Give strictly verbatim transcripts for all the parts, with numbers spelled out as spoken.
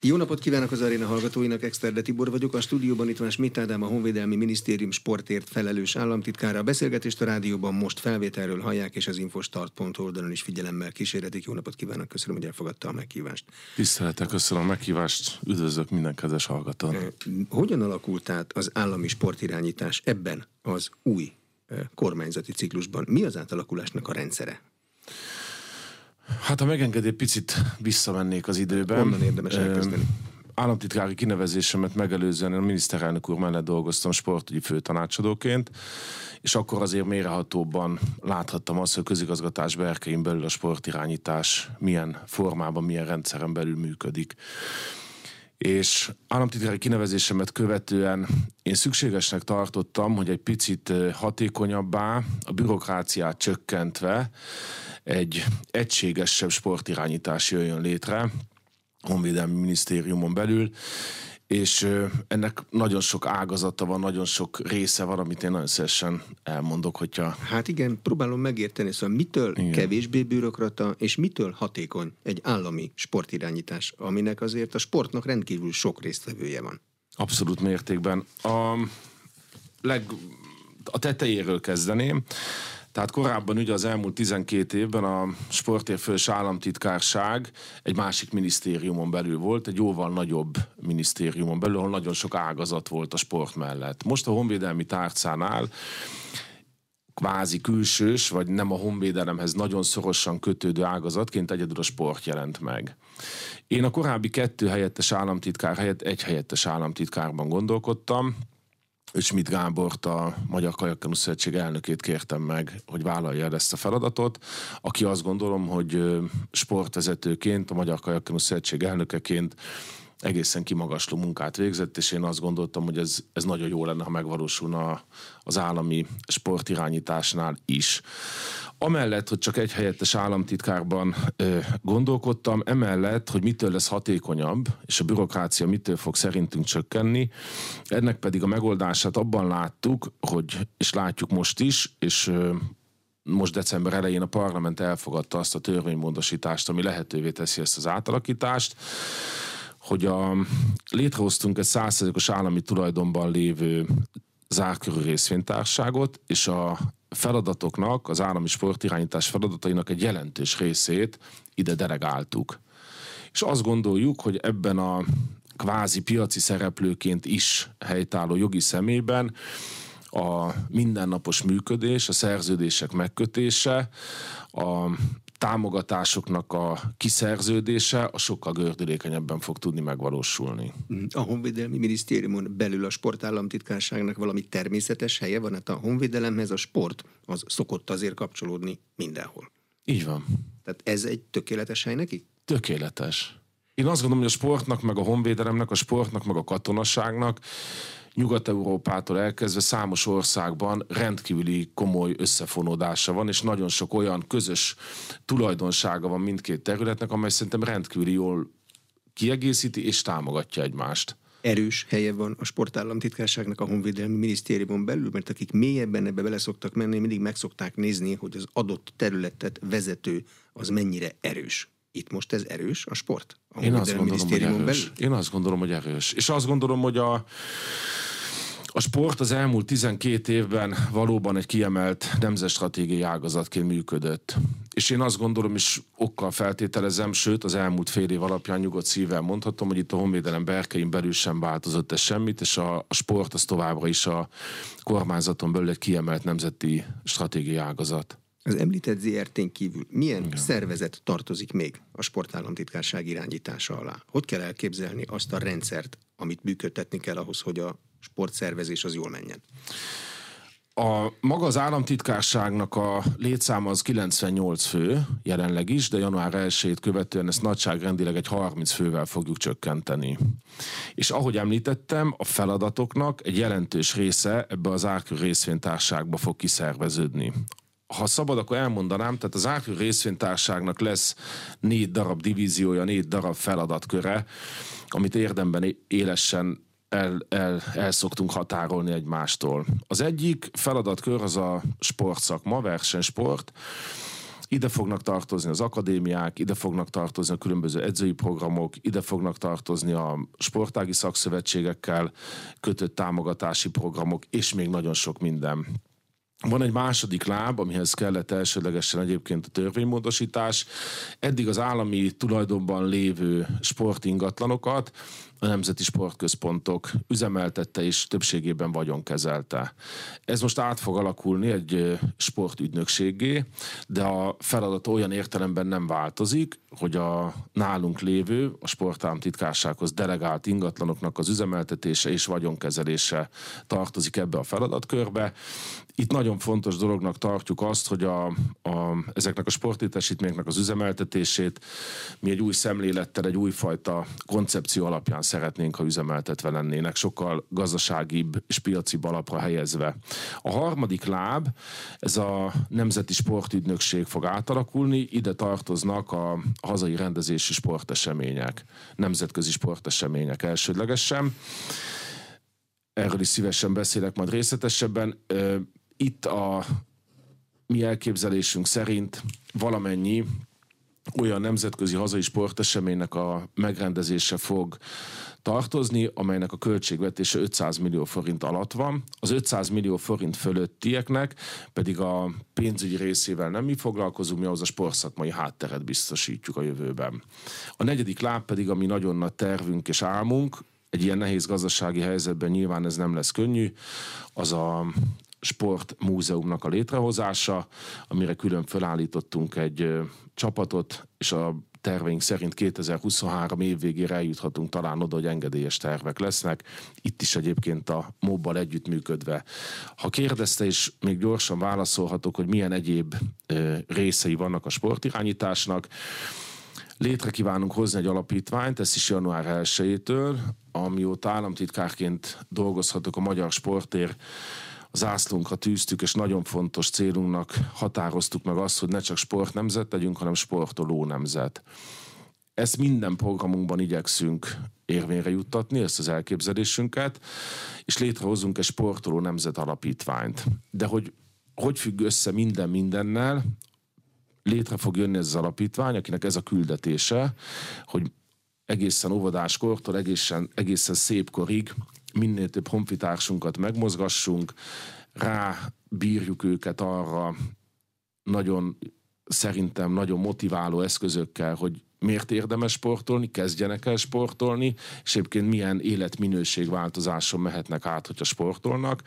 Jó napot kívánok az aréna hallgatóinak, Exterde Tibor vagyok, a stúdióban itt van Schmidt Ádám, a Honvédelmi Minisztérium sportért felelős államtitkára. A beszélgetést a rádióban most felvételről hallják, és az infostart pont oldalon is figyelemmel kísérhetik. Jó napot kívánok, köszönöm, hogy elfogadta a meghívást. Tisztelettel köszönöm a meghívást, üdvözlök minden kedves hallgatót. Hogyan alakult át az állami sportirányítás ebben az új kormányzati ciklusban? Mi az átalakulásnak a rendszere? Hát, ha megengedi, picit visszamennék az időben. Onnan érdemes elkezdeni. Államtitkári kinevezésemet megelőzően a miniszterelnök úr mellett dolgoztam sportügyi főtanácsadóként, és akkor azért mélyrehatóbban láthattam azt, hogy a közigazgatás berkein belül a sportirányítás milyen formában, milyen rendszeren belül működik. És államtitkári kinevezésemet követően én szükségesnek tartottam, hogy egy picit hatékonyabbá, a bürokráciát csökkentve egy egységesebb sportirányítás jöjjön létre a Honvédelmi Minisztériumon belül, és ennek nagyon sok ágazata van, nagyon sok része van, amit én nagyon szívesen elmondok, hogyha... Hát igen, próbálom megérteni, szóval mitől igen. kevésbé bürokrata, és mitől hatékony egy állami sportirányítás, aminek azért a sportnak rendkívül sok résztvevője van. Abszolút mértékben. A, leg, a tetejéről kezdeném. Tehát korábban ugye az elmúlt tizenkét évben a sportért felelős államtitkárság egy másik minisztériumon belül volt, egy jóval nagyobb minisztériumon belül, ahol nagyon sok ágazat volt a sport mellett. Most a honvédelmi tárcánál kvázi külsős, vagy nem a honvédelemhez nagyon szorosan kötődő ágazatként egyedül a sport jelent meg. Én a korábbi kettő helyettes államtitkár helyett egy helyettes államtitkárban gondolkodtam, Schmidt Gábort, a Magyar Kajakkenu Szövetség elnökét kértem meg, hogy vállalja el ezt a feladatot, aki azt gondolom, hogy sportvezetőként, a Magyar Kajakkenu Szövetség elnökeként egészen kimagasló munkát végzett, és én azt gondoltam, hogy ez, ez nagyon jó lenne, ha megvalósulna az állami sportirányításnál is. Amellett, hogy csak egy helyettes államtitkárban ö, gondolkodtam, emellett, hogy mitől lesz hatékonyabb, és a bürokrácia mitől fog szerintünk csökkenni, ennek pedig a megoldását abban láttuk, hogy, és látjuk most is, és ö, most december elején a parlament elfogadta azt a törvénymódosítást, ami lehetővé teszi ezt az átalakítást, hogy a, létrehoztunk egy száz százalékos állami tulajdonban lévő zártkörű részvénytársaságot, és a feladatoknak, az állami sportirányítás feladatainak egy jelentős részét ide delegáltuk. És azt gondoljuk, hogy ebben a kvázi piaci szereplőként is helytálló jogi személyben a mindennapos működés, a szerződések megkötése, a támogatásoknak a kiszerződése a sokkal gördülékenyebben fog tudni megvalósulni. A Honvédelmi Minisztériumon belül a sportállamtitkárságnak valami természetes helye van? Hát a honvédelemhez a sport az szokott azért kapcsolódni mindenhol. Így van. Tehát ez egy tökéletes hely neki? Tökéletes. Én azt gondolom, hogy a sportnak, meg a honvédelemnek, a sportnak, meg a katonaságnak Nyugat-Európától elkezdve számos országban rendkívüli komoly összefonódása van, és nagyon sok olyan közös tulajdonsága van mindkét területnek, amely szerintem rendkívüli jól kiegészíti és támogatja egymást. Erős helye van a sportállamtitkárságnak a Honvédelmi Minisztériumon belül, mert akik mélyebben ebbe bele szoktak menni, mindig meg szokták nézni, hogy az adott területet vezető az mennyire erős. Itt most ez erős, a sport? A Én azt gondolom, hogy erős. Én azt gondolom, hogy erős. És azt gondolom, hogy a, a sport az elmúlt tizenkét évben valóban egy kiemelt nemzetstratégiai ágazatként működött. És én azt gondolom, és okkal feltételezem, sőt az elmúlt fél év alapján nyugodt szívvel mondhatom, hogy itt a honvédelem berkein belül sem változott ez semmit, és a, a sport az továbbra is a kormányzaton belül egy kiemelt nemzeti stratégiai ágazat. Az említett zé er té-n kívül milyen Igen. szervezet tartozik még a sportállamtitkárság irányítása alá? Hogy kell elképzelni azt a rendszert, amit működtetni kell ahhoz, hogy a sportszervezés az jól menjen? A maga az államtitkárságnak a létszáma az kilencvennyolc fő jelenleg is, de január elsejét követően ezt nagyságrendileg egy harminc fővel fogjuk csökkenteni. És ahogy említettem, a feladatoknak egy jelentős része ebbe az zártkörű részvénytársaságba fog kiszerveződni. Ha szabad, akkor elmondanám, tehát az zártkörű részvénytársaságnak lesz négy darab divíziója, négy darab feladatköre, amit érdemben élesen el, el, el szoktunk határolni egymástól. Az egyik feladatkör az a sportszakma, versenysport, Ide fognak tartozni az akadémiák, ide fognak tartozni a különböző edzői programok, ide fognak tartozni a sportági szakszövetségekkel kötött támogatási programok, és még nagyon sok minden. Van egy második láb, amihez kellett elsődlegesen egyébként a törvénymódosítás. Eddig az állami tulajdonban lévő sportingatlanokat a nemzeti sportközpontok üzemeltette és többségében vagyonkezelte. Ez most át fog alakulni egy sportügynökséggé, de a feladat olyan értelemben nem változik, hogy a nálunk lévő, a sportállamtitkársághoz delegált ingatlanoknak az üzemeltetése és vagyonkezelése tartozik ebbe a feladatkörbe. Itt nagyon fontos dolognak tartjuk azt, hogy a, a, ezeknek a sportlétesítményeknek az üzemeltetését mi egy új szemlélettel, egy újfajta koncepció alapján szeretnénk, ha üzemeltetve lennének, sokkal gazdaságibb és piacibb alapra helyezve. A harmadik láb, ez a Nemzeti Sportügynökség fog átalakulni, ide tartoznak a hazai rendezési sportesemények, nemzetközi sportesemények elsődlegesen. Erről is szívesen beszélek majd részletesebben. Itt a mi elképzelésünk szerint valamennyi olyan nemzetközi hazai sporteseménynek a megrendezése fog tartozni, amelynek a költségvetése ötszáz millió forint alatt van. Az ötszáz millió forint fölöttieknek pedig a pénzügyi részével nem mi foglalkozunk, mi ahhoz a sportszakmai hátteret biztosítjuk a jövőben. A negyedik láb pedig, ami nagyon nagy tervünk és álmunk, egy ilyen nehéz gazdasági helyzetben nyilván ez nem lesz könnyű, az a sportmúzeumnak a létrehozása, amire külön felállítottunk egy ö, csapatot, és a terveink szerint kétezer-huszonhárom év végére eljuthatunk talán oda, hogy engedélyes tervek lesznek. Itt is egyébként a mobbal együttműködve. Ha kérdezte, és még gyorsan válaszolhatok, hogy milyen egyéb ö, részei vannak a sportirányításnak, létre kívánunk hozni egy alapítványt, ez is január elsejétől, amióta államtitkárként dolgozhatok a Magyar Sportér zászlónkra tűztük, és nagyon fontos célunknak határoztuk meg azt, hogy ne csak sportnemzet legyünk, hanem sportoló nemzet. Ezt minden programunkban igyekszünk érvényre juttatni, ezt az elképzelésünket, és létrehozunk egy sportoló nemzet alapítványt. De hogy hogy függ össze minden mindennel, létre fog jönni ez az alapítvány, akinek ez a küldetése, hogy egészen óvodáskortól egészen, egészen szépkorig minél több honfitársunkat megmozgassunk, rábírjuk őket arra nagyon, szerintem nagyon motiváló eszközökkel, hogy miért érdemes sportolni, kezdjenek el sportolni, és egyébként milyen életminőségváltozáson mehetnek át, hogyha sportolnak.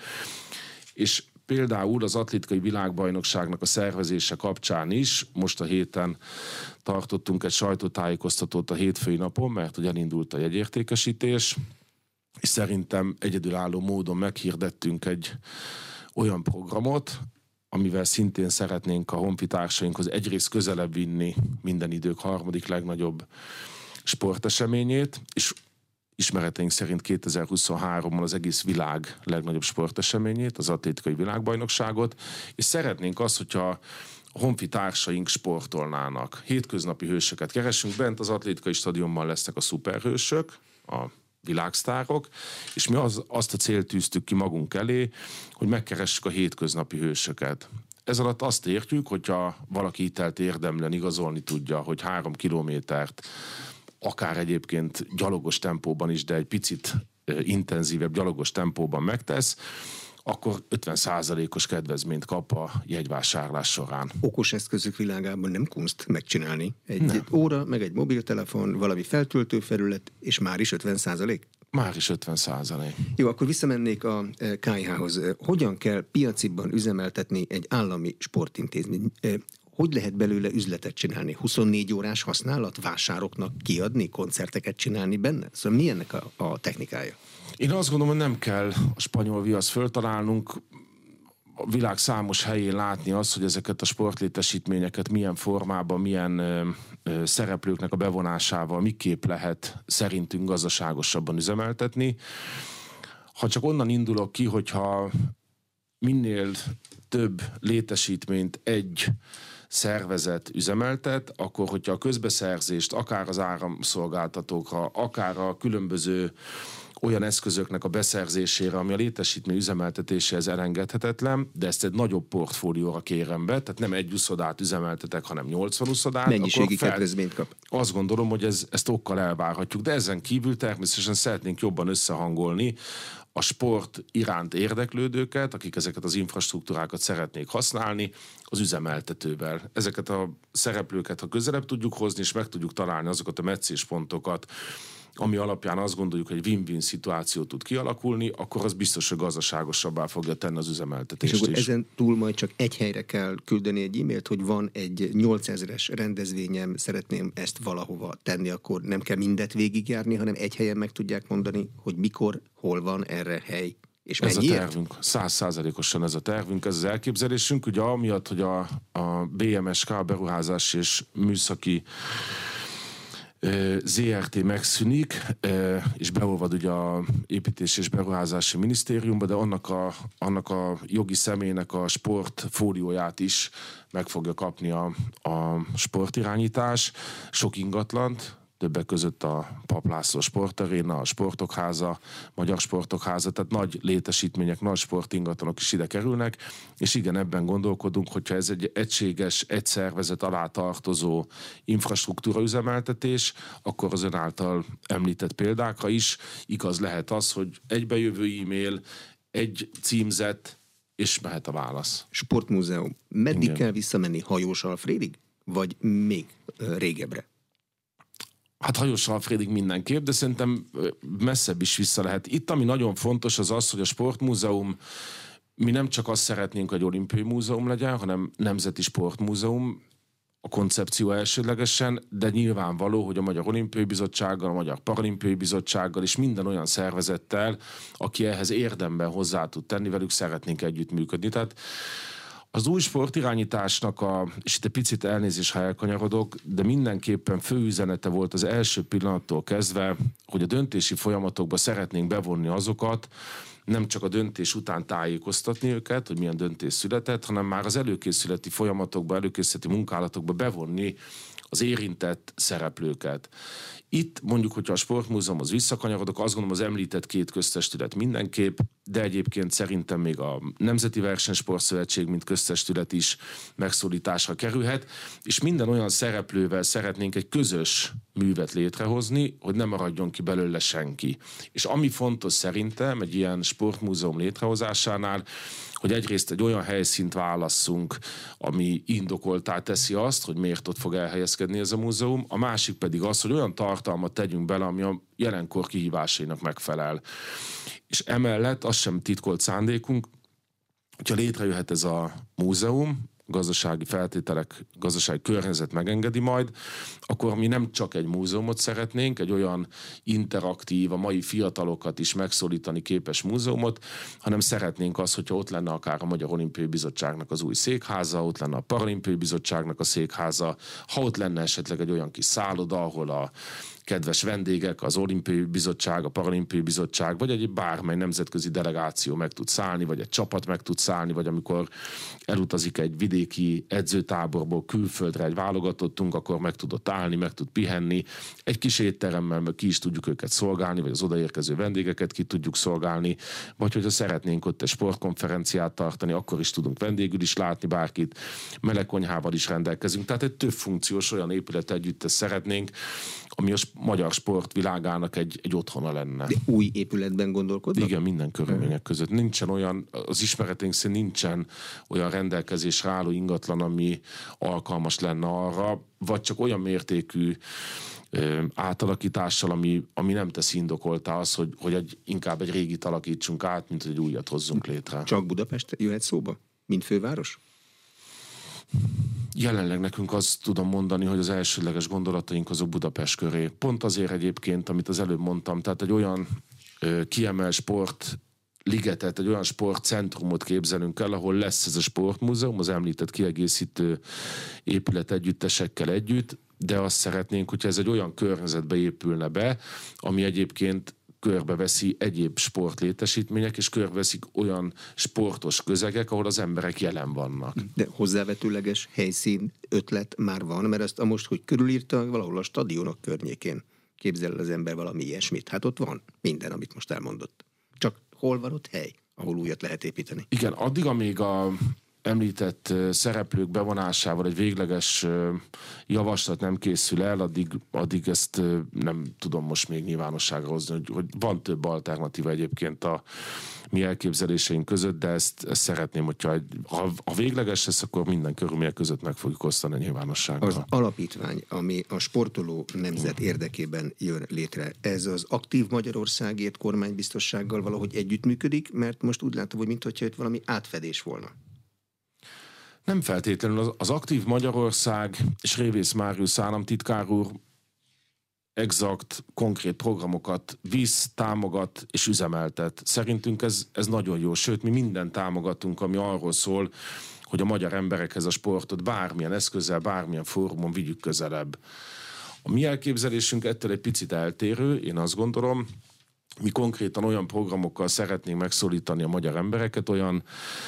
És például az atlétikai világbajnokságnak a szervezése kapcsán is, most a héten tartottunk egy sajtótájékoztatót a hétfői napon, mert hogy elindult a jegyértékesítés, és szerintem egyedülálló módon meghirdettünk egy olyan programot, amivel szintén szeretnénk a honfitársainkhoz egyrészt közelebb vinni minden idők harmadik legnagyobb sporteseményét, és ismereteink szerint kétezer-huszonháromban az egész világ legnagyobb sporteseményét, az atlétikai világbajnokságot, és szeretnénk azt, hogyha a honfitársaink sportolnának. Hétköznapi hősöket keresünk, bent az atlétikai stadionban lesznek a szuperhősök, a világsztárok, és mi az, azt a célt tűztük ki magunk elé, hogy megkeressük a hétköznapi hősöket. Ez alatt azt értjük, hogyha valaki hitelt érdemlen igazolni tudja, hogy három kilométert, akár egyébként gyalogos tempóban is, de egy picit intenzívebb gyalogos tempóban megtesz, akkor ötven százalékos kedvezményt kap a jegyvásárlás során. Okos eszközök világában nem kunst megcsinálni. Egy nem. óra, meg egy mobiltelefon, valami feltöltőfelület, és már is ötven százalék? Már is ötven százalék. Jó, akkor visszamennék a ká i há-hoz. Hogyan kell piacibban üzemeltetni egy állami sportintézmény? Hogy lehet belőle üzletet csinálni? huszonnégy órás használat? Vásároknak kiadni? Koncerteket csinálni benne? Szóval mi ennek a, a technikája? Én azt gondolom, hogy nem kell a spanyol viaszt föltalálnunk. A világ számos helyén látni azt, hogy ezeket a sportlétesítményeket milyen formában, milyen ö, ö, szereplőknek a bevonásával miképp lehet szerintünk gazdaságosabban üzemeltetni. Ha csak onnan indulok ki, hogyha minél több létesítményt egy szervezet üzemeltet, akkor hogyha a közbeszerzést akár az áramszolgáltatókra, akár a különböző olyan eszközöknek a beszerzésére, ami a létesítmény üzemeltetéséhez elengedhetetlen, de ezt egy nagyobb portfólióra kérem be, tehát nem egy uszodát üzemeltetek, hanem nyolcvan uszodát. Mennyiségi fel... kedvezményt kap. Azt gondolom, hogy ez, ezt okkal elvárhatjuk, de ezen kívül természetesen szeretnénk jobban összehangolni a sport iránt érdeklődőket, akik ezeket az infrastruktúrákat szeretnék használni, az üzemeltetővel. Ezeket a szereplőket, ha közelebb tudjuk hozni, és meg tudjuk találni azokat a meccéspontokat, ami alapján azt gondoljuk, hogy egy win-win szituáció tud kialakulni, akkor az biztos, hogy gazdaságosabbá fogja tenni az üzemeltetést is. És akkor ezen túl majd csak egy helyre kell küldeni egy e-mailt, hogy van egy nyolcezeres rendezvényem, szeretném ezt valahova tenni, akkor nem kell mindet végigjárni, hanem egy helyen meg tudják mondani, hogy mikor, hol van erre hely. És ez mennyiért? a tervünk, százszázalékosan ez a tervünk, ez az elképzelésünk, ugye amiatt, hogy a, a bé em es ká, a Beruházás és Műszaki zé er té megszűnik, és beolvad ugye a Építés és Beruházási Minisztériumba, de annak a, annak a jogi személynek a sportfólióját is meg fogja kapni a, a sportirányítás, sok ingatlant, többek között a Pap László Sportaréna, a Sportok Háza, Magyar Sportok Háza, tehát nagy létesítmények, nagy sportingatlanok is ide kerülnek, és igen, ebben gondolkodunk, hogyha ez egy egységes, egy szervezet alá tartozó infrastruktúra üzemeltetés, akkor az ön által említett példákra is igaz lehet az, hogy egybejövő e-mail, egy címzet, és mehet a válasz. Sportmúzeum. Meddig igen. kell visszamenni? Hajós Alfrédig? Vagy még régebbre? Hát Hajós Alfrédig mindenképp, de szerintem messzebb is vissza lehet. Itt, ami nagyon fontos, az az, hogy a Sportmúzeum, mi nem csak azt szeretnénk, hogy olimpiai múzeum legyen, hanem nemzeti sportmúzeum, a koncepció elsődlegesen, de nyilvánvaló, hogy a Magyar Olimpiai Bizottsággal, a Magyar Paralimpiai Bizottsággal és minden olyan szervezettel, aki ehhez érdemben hozzá tud tenni, velük szeretnénk együttműködni. Tehát az új sportirányításnak, a, és itt egy picit elnézést, ha elkanyarodok, de mindenképpen fő üzenete volt az első pillanattól kezdve, hogy a döntési folyamatokba szeretnénk bevonni azokat, nem csak a döntés után tájékoztatni őket, hogy milyen döntés született, hanem már az előkészületi folyamatokba, előkészületi munkálatokba bevonni az érintett szereplőket. Itt mondjuk, hogyha a Sportmúzeumhoz visszakanyarodok, azt gondolom az említett két köztestület mindenképp, de egyébként szerintem még a Nemzeti Versenysportszövetség, mint köztestület is megszólításra kerülhet, és minden olyan szereplővel szeretnénk egy közös művet létrehozni, hogy ne maradjon ki belőle senki. És ami fontos szerintem egy ilyen sportmúzeum létrehozásánál, hogy egyrészt egy olyan helyszínt válasszunk, ami indokoltá teszi azt, hogy miért ott fog elhelyezkedni ez a múzeum, a másik pedig az, hogy olyan tartalmat tegyünk bele, ami a jelenkor kihívásainak megfelel. És emellett az sem titkolt szándékunk, hogyha létrejöhet ez a múzeum, gazdasági feltételek, gazdasági környezet megengedi majd, akkor mi nem csak egy múzeumot szeretnénk, egy olyan interaktív, a mai fiatalokat is megszólítani képes múzeumot, hanem szeretnénk azt, hogyha ott lenne akár a Magyar Olimpiai Bizottságnak az új székháza, ott lenne a Paralimpiai Bizottságnak a székháza, ha ott lenne esetleg egy olyan kis szálloda, ahol a kedves vendégek, az Olimpiai Bizottság, a Paralimpiai Bizottság, vagy egy bármely nemzetközi delegáció meg tud szállni, vagy egy csapat meg tud szállni, vagy amikor elutazik egy vidéki edzőtáborból külföldre egy válogatottunk, akkor meg tudott állni, meg tud pihenni. Egy kis étteremmel meg ki is tudjuk őket szolgálni, vagy az odaérkező vendégeket ki tudjuk szolgálni, vagy hogyha szeretnénk ott egy sportkonferenciát tartani, akkor is tudunk vendégül is látni bárkit, melegkonyhával is rendelkezünk. Tehát egy több funkciós olyan épület együttes szeretnénk, ami a magyar sportvilágának egy, egy otthona lenne. De új épületben gondolkodnak? Igen, minden körülmények között. Nincsen olyan, az ismereténk szerint nincsen olyan rendelkezésre álló ingatlan, ami alkalmas lenne arra, vagy csak olyan mértékű ö, átalakítással, ami, ami nem teszi indokoltá az, hogy, hogy egy, inkább egy régit alakítsunk át, mint hogy egy újat hozzunk létre. Csak Budapest jöhet szóba? Mint főváros? Jelenleg nekünk azt tudom mondani, hogy az elsődleges gondolataink azok Budapest köré. Pont azért egyébként, amit az előbb mondtam, tehát egy olyan ö, kiemelt sport ligetet, egy olyan sportcentrumot képzelünk el, ahol lesz ez a sportmúzeum, az említett kiegészítő épület együttesekkel együtt, de azt szeretnénk, hogyha ez egy olyan környezetbe épülne be, ami egyébként körbeveszi egyéb sportlétesítmények, és körbeveszik olyan sportos közegek, ahol az emberek jelen vannak. De hozzávetőleges helyszín ötlet már van, mert ezt a most, hogy körülírta valahol a stadionok környékén. képzel az ember valami ilyesmit? Hát ott van minden, amit most elmondott. Csak hol van ott hely, ahol újat lehet építeni? Igen, addig, amíg a említett szereplők bevonásával egy végleges javaslat nem készül el, addig, addig ezt nem tudom most még nyilvánosságra hozni, hogy, hogy van több alternatíva egyébként a mi elképzeléseink között, de ezt, ezt szeretném, hogyha egy, ha, ha végleges lesz, akkor minden körülmények között meg fogjuk osztani a nyilvánosságra. Az alapítvány, ami a sportoló nemzet érdekében jön létre, ez az Aktív Magyarországért kormánybiztossággal valahogy együttműködik, mert most úgy látom, hogy mintha itt valami átfedés volna. Nem feltétlenül. Az, az Aktív Magyarország és Révész Máriusz államtitkár úr exakt, konkrét programokat visz, támogat és üzemeltet. Szerintünk ez, ez nagyon jó. Sőt, mi mindent támogatunk, ami arról szól, hogy a magyar emberekhez a sportot bármilyen eszközzel, bármilyen fórumon vigyük közelebb. A mi elképzelésünk ettől egy picit eltérő, én azt gondolom. Mi konkrétan olyan programokkal szeretnénk megszólítani a magyar embereket, olyan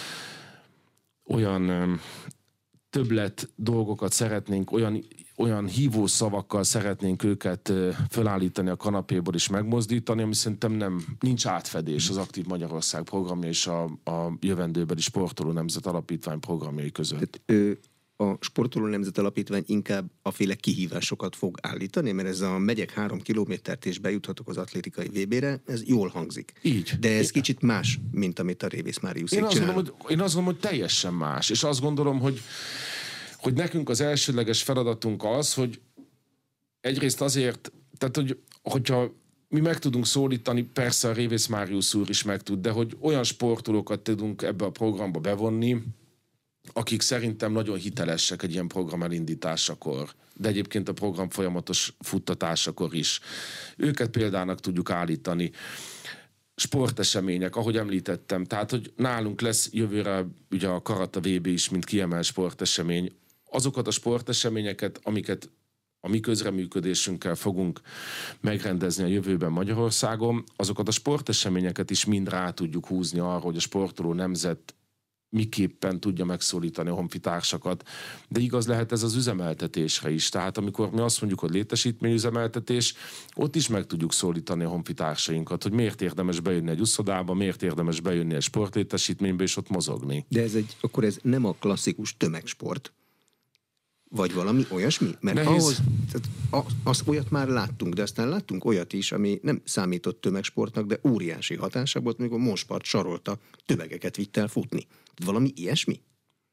olyan többlet dolgokat szeretnénk, olyan, olyan hívó szavakkal szeretnénk őket fölállítani a kanapéból és megmozdítani, ami szerintem nem, nincs átfedés az Aktív Magyarország programja és a, a jövendőbeli Sportoló Nemzet Alapítvány programjai között. Tehát, ő, a Sportoló Nemzet Alapítvány inkább aféle kihívásokat fog állítani, mert ez a megyek három kilométert és bejuthatok az atlétikai vé bé-re, ez jól hangzik. Így. De ez kicsit más, mint amit a Révész Máriuszék én azt csinál. gondolom, hogy, én azt gondolom, hogy teljesen más. És azt gondolom, hogy, hogy nekünk az elsődleges feladatunk az, hogy egyrészt azért, tehát hogy, hogyha mi meg tudunk szólítani, persze a Révész Máriusz úr is meg tud, de hogy olyan sportolókat tudunk ebbe a programba bevonni, akik szerintem nagyon hitelesek egy ilyen program elindításakor, de egyébként a program folyamatos futtatásakor is. Őket példának tudjuk állítani. Sportesemények, ahogy említettem, tehát, hogy nálunk lesz jövőre ugye a Karata vé bé is, mint kiemelt sportesemény. Azokat a sporteseményeket, amiket a mi közreműködésünkkel fogunk megrendezni a jövőben Magyarországon, azokat a sporteseményeket is mind rá tudjuk húzni arra, hogy a sportoló nemzet miképpen tudja megszólítani a honfitársakat, de igaz lehet ez az üzemeltetésre is. Tehát amikor mi azt mondjuk, hogy létesítményüzemeltetés, ott is meg tudjuk szólítani a honfitársainkat, hogy miért érdemes bejönni egy uszodába, miért érdemes bejönni egy sportlétesítménybe, és ott mozogni. De ez egy, akkor ez nem a klasszikus tömegsport, vagy valami olyasmi? Mert Nehéz. ahhoz, tehát az, az olyat már láttunk, de aztán láttunk olyat is, ami nem számított tömegsportnak, de óriási hatása volt, amikor Monspart sarolta, tömegeket vitt el futni. Valami ilyesmi?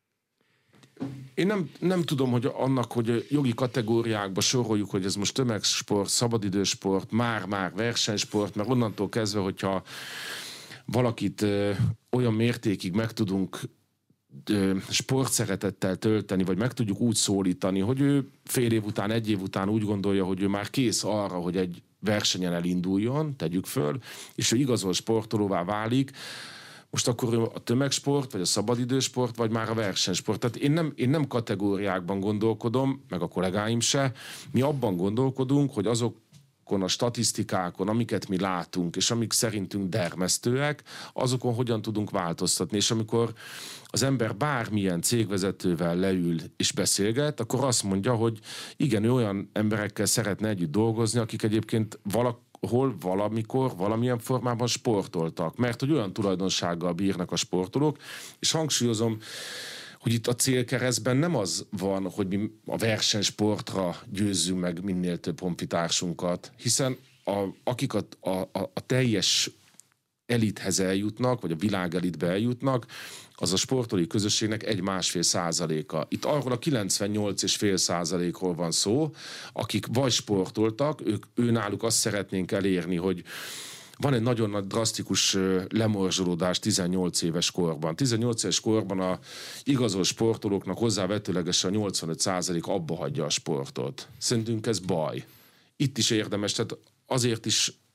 Én nem, nem tudom, hogy annak, hogy jogi kategóriákba soroljuk, hogy ez most tömegsport, szabadidősport, már-már versenysport, mert onnantól kezdve, hogyha valakit ö, olyan mértékig meg tudunk sportszeretettel tölteni, vagy meg tudjuk úgy szólítani, hogy ő fél év után, egy év után úgy gondolja, hogy ő már kész arra, hogy egy versenyen elinduljon, tegyük föl, és ő igazol sportolóvá válik, most akkor a tömegsport, vagy a szabadidősport, vagy már a versenysport. Tehát én nem, én nem kategóriákban gondolkodom, meg a kollégáim se. Mi abban gondolkodunk, hogy azok a statisztikákon, amiket mi látunk, és amik szerintünk dermesztőek, azokon hogyan tudunk változtatni. És amikor az ember bármilyen cégvezetővel leül és beszélget, akkor azt mondja, hogy igen, ő olyan emberekkel szeretne együtt dolgozni, akik egyébként valahol, valamikor, valamilyen formában sportoltak, mert hogy olyan tulajdonsággal bírnak a sportolók, és hangsúlyozom, hogy itt a célkeresztben nem az van, hogy mi a versenysportra győzzünk meg minél több honfitársunkat, hiszen a, akik a, a, a teljes elithez eljutnak, vagy a világ elitbe eljutnak, az a sportolói közösségnek egy-másfél százaléka. Itt arról a kilencvennyolc egész öt százalékról van szó, akik vagy sportoltak, ők, őnáluk azt szeretnénk elérni, hogy van egy nagyon nagy drasztikus lemorzsolódás tizennyolc éves korban. tizennyolc éves korban a igazolt sportolóknak hozzávetőlegesen a nyolcvanöt százalék abba hagyja a sportot. Szerintünk ez baj. Itt is érdemes, tehát azért is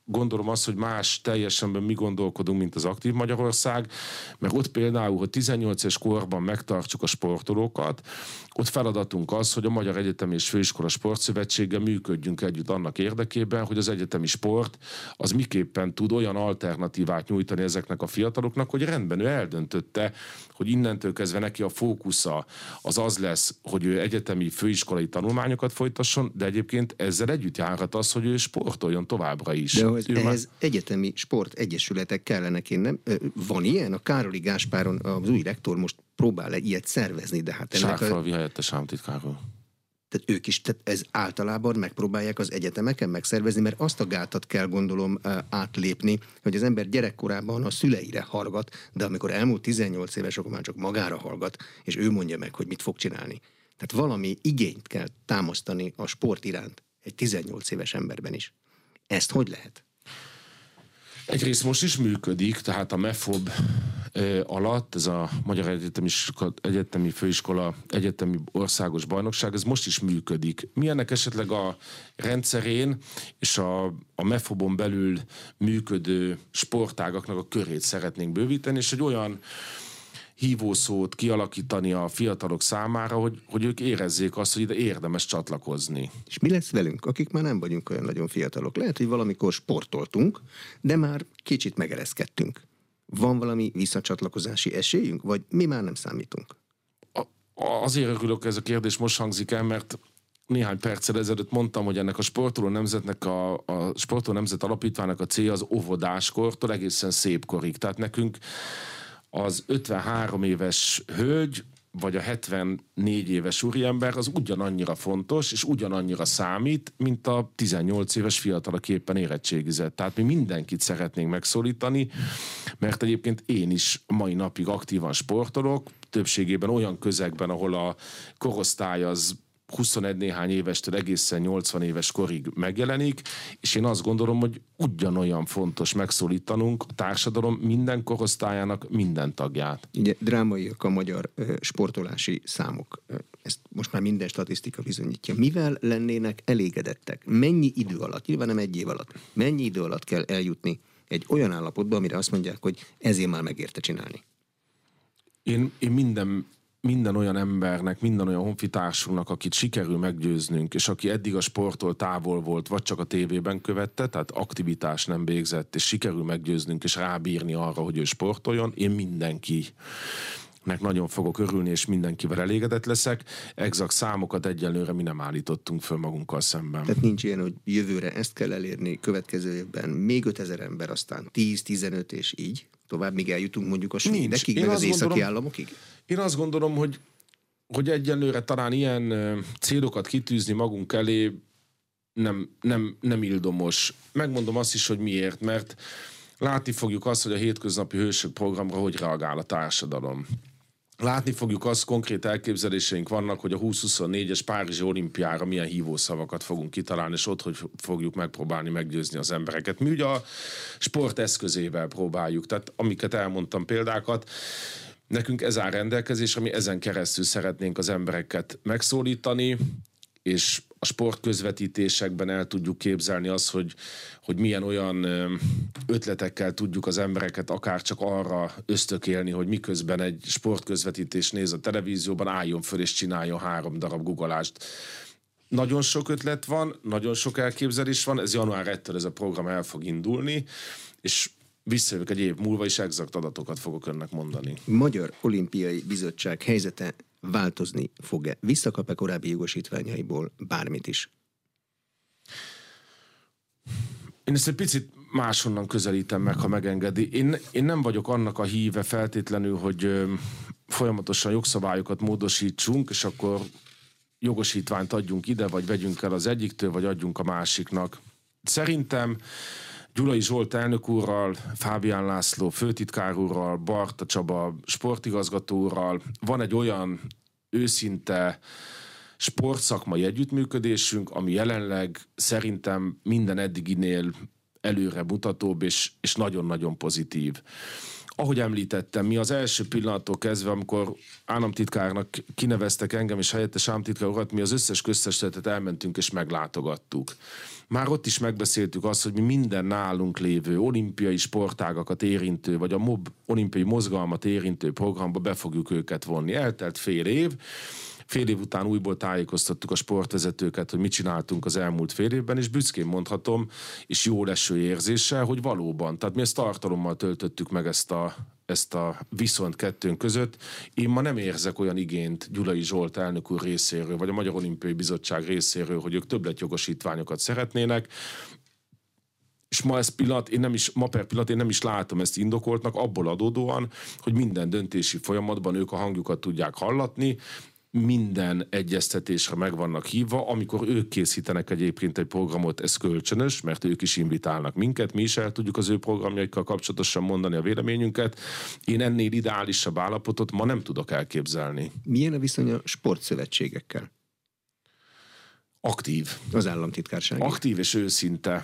gondolom azt, hogy más teljesenben mi gondolkodunk, mint az Aktív Magyarország, mert ott például, hogy tizennyolc éves korban megtartsuk a sportolókat, ott feladatunk az, hogy a Magyar Egyetemi és Főiskola Sportszövetséggel működjünk együtt annak érdekében, hogy az egyetemi sport az miképpen tud olyan alternatívát nyújtani ezeknek a fiataloknak, hogy rendben ő eldöntötte, hogy innentől kezdve neki a fókusza az az lesz, hogy ő egyetemi főiskolai tanulmányokat folytasson, de egyébként ezzel együtt járhat az, hogy ő sportoljon továbbra is. De hogy ehhez már... egyetemi sportegyesületek kellenek, én nem... Van ilyen? A Károli Gáspáron az új rektor most próbál ilyet szervezni, de hát ennek Sárfalvi a... helyettes államtitkáról. Tehát ők is, tehát ez általában megpróbálják az egyetemeken megszervezni, mert azt a gátat kell gondolom átlépni, hogy az ember gyerekkorában a szüleire hallgat, de amikor elmúlt tizennyolc éves, akkor már csak magára hallgat, és ő mondja meg, hogy mit fog csinálni. Tehát valami igényt kell támasztani a sport iránt egy tizennyolc éves emberben is. Ezt hogy lehet? Egyrészt most is működik, tehát a MEFOB alatt, ez a Magyar Egyetemi, Egyetemi Főiskola Egyetemi Országos Bajnokság, ez most is működik. Mi ennek esetleg a rendszerén és a, a MEFOB-on belül működő sportágaknak a körét szeretnénk bővíteni, és egy olyan hívószót kialakítani a fiatalok számára, hogy, hogy ők érezzék azt, hogy ide érdemes csatlakozni. És mi lesz velünk, akik már nem vagyunk olyan nagyon fiatalok? Lehet, hogy valamikor sportoltunk, de már kicsit megereszkedtünk. Van valami visszacsatlakozási esélyünk, vagy mi már nem számítunk? A, azért örülök, ez a kérdés most hangzik el, mert néhány perccel ezelőtt mondtam, hogy ennek a sportoló nemzetnek, a, a sportoló nemzet alapítványnak a célja az óvodáskortól egészen szépkorig. Tehát nekünk az ötvenhárom éves hölgy, vagy a hetvennégy éves úriember az ugyanannyira fontos, és ugyanannyira számít, mint a tizennyolc éves fiatal, aki éppen érettségizett. Tehát mi mindenkit szeretnénk megszólítani, mert egyébként én is mai napig aktívan sportolok, többségében olyan közegben, ahol a korosztály az huszonegy néhány évestől egészen nyolcvan éves korig megjelenik, és én azt gondolom, hogy ugyanolyan fontos megszólítanunk a társadalom minden korosztályának minden tagját. Ugye drámaiak a magyar ö, sportolási számok. Ezt most már minden statisztika bizonyítja. Mivel lennének elégedettek? Mennyi idő alatt, nyilván nem egy év alatt, mennyi idő alatt kell eljutni egy olyan állapotba, amire azt mondják, hogy ezért már megérte csinálni? Én, én minden minden olyan embernek, minden olyan honfitársunknak, akit sikerül meggyőznünk, és aki eddig a sporttól távol volt, vagy csak a tévében követte, tehát aktivitás nem végzett, és sikerül meggyőznünk, és rábírni arra, hogy ő sportoljon, én mindenkinek nagyon fogok örülni, és mindenkivel elégedett leszek. Exakt számokat egyelőre mi nem állítottunk föl magunkkal szemben. Tehát nincs ilyen, hogy jövőre ezt kell elérni, következő évben még ötezer ember, aztán tíz, tizenöt, és így tovább, míg eljutunk mondjuk a svédekig, meg az északi gondolom, államokig? Én azt gondolom, hogy, hogy egyelőre talán ilyen célokat kitűzni magunk elé nem, nem, nem ildomos. Megmondom azt is, hogy miért, mert látni fogjuk azt, hogy a hétköznapi hősök programra hogy reagál a társadalom. Látni fogjuk azt, konkrét elképzeléseink vannak, hogy a húsz-huszonnégyes Párizsi olimpiára milyen hívószavakat fogunk kitalálni, és ott hogy fogjuk megpróbálni meggyőzni az embereket. Mi ugye a sport eszközével próbáljuk, tehát amiket elmondtam példákat, nekünk ez áll rendelkezésre, mi ezen keresztül szeretnénk az embereket megszólítani, és a sportközvetítésekben el tudjuk képzelni azt, hogy, hogy milyen olyan ötletekkel tudjuk az embereket akár csak arra ösztökélni, hogy miközben egy sportközvetítés néz a televízióban, álljon föl és csináljon három darab guggolást. Nagyon sok ötlet van, nagyon sok elképzelés van, ez január elsejétől ez a program el fog indulni, és visszajövök egy év múlva, és exakt adatokat fogok önnek mondani. Magyar Olimpiai Bizottság helyzete változni fog-e? Visszakap-e korábbi jogosítványaiból bármit is? Én ezt egy picit máshonnan közelítem meg, ha megengedi. Én, én nem vagyok annak a híve feltétlenül, hogy ö, folyamatosan jogszabályokat módosítsunk, és akkor jogosítványt adjunk ide, vagy vegyünk el az egyiktől, vagy adjunk a másiknak. Szerintem Gyulai Zsolt elnök úrral, Fábián László főtitkár úrral, Barta Csaba sportigazgató úrral van egy olyan őszinte sportszakmai együttműködésünk, ami jelenleg szerintem minden eddiginél előre mutatóbb és, és nagyon-nagyon pozitív. ahogy említettem, mi az első pillanattól kezdve, amikor államtitkárnak kineveztek engem és helyettes államtitkár urat, mi az összes köztestületet elmentünk és meglátogattuk. Már ott is megbeszéltük azt, hogy mi minden nálunk lévő olimpiai sportágakat érintő, vagy a mob olimpiai mozgalmat érintő programba be fogjuk őket vonni. Eltelt fél év, Fél év után újból tájékoztattuk a sportvezetőket, hogy mit csináltunk az elmúlt fél évben, és büszkén mondhatom, és jó leső érzéssel, hogy valóban. Tehát mi ezt tartalommal töltöttük meg ezt a, ezt a viszont kettőnk között. Én ma nem érzek olyan igényt Gyulai Zsolt elnök úr részéről, vagy a Magyar Olimpiai Bizottság részéről, hogy ők többletjogosítványokat szeretnének. És ma ez pillanat, én nem is, ma per pillanat én nem is látom ezt indokoltnak, abból adódóan, hogy minden döntési folyamatban ők a hangjukat tudják hallatni, minden egyeztetésre meg vannak hívva, amikor ők készítenek egyébként egy programot, ez kölcsönös, mert ők is invitálnak minket, mi is el tudjuk az ő programjaikkal kapcsolatosan mondani a véleményünket. Én ennél ideálisabb állapotot ma nem tudok elképzelni. Milyen a viszony a sportszövetségekkel? Aktív. Az államtitkárság. Aktív és őszinte.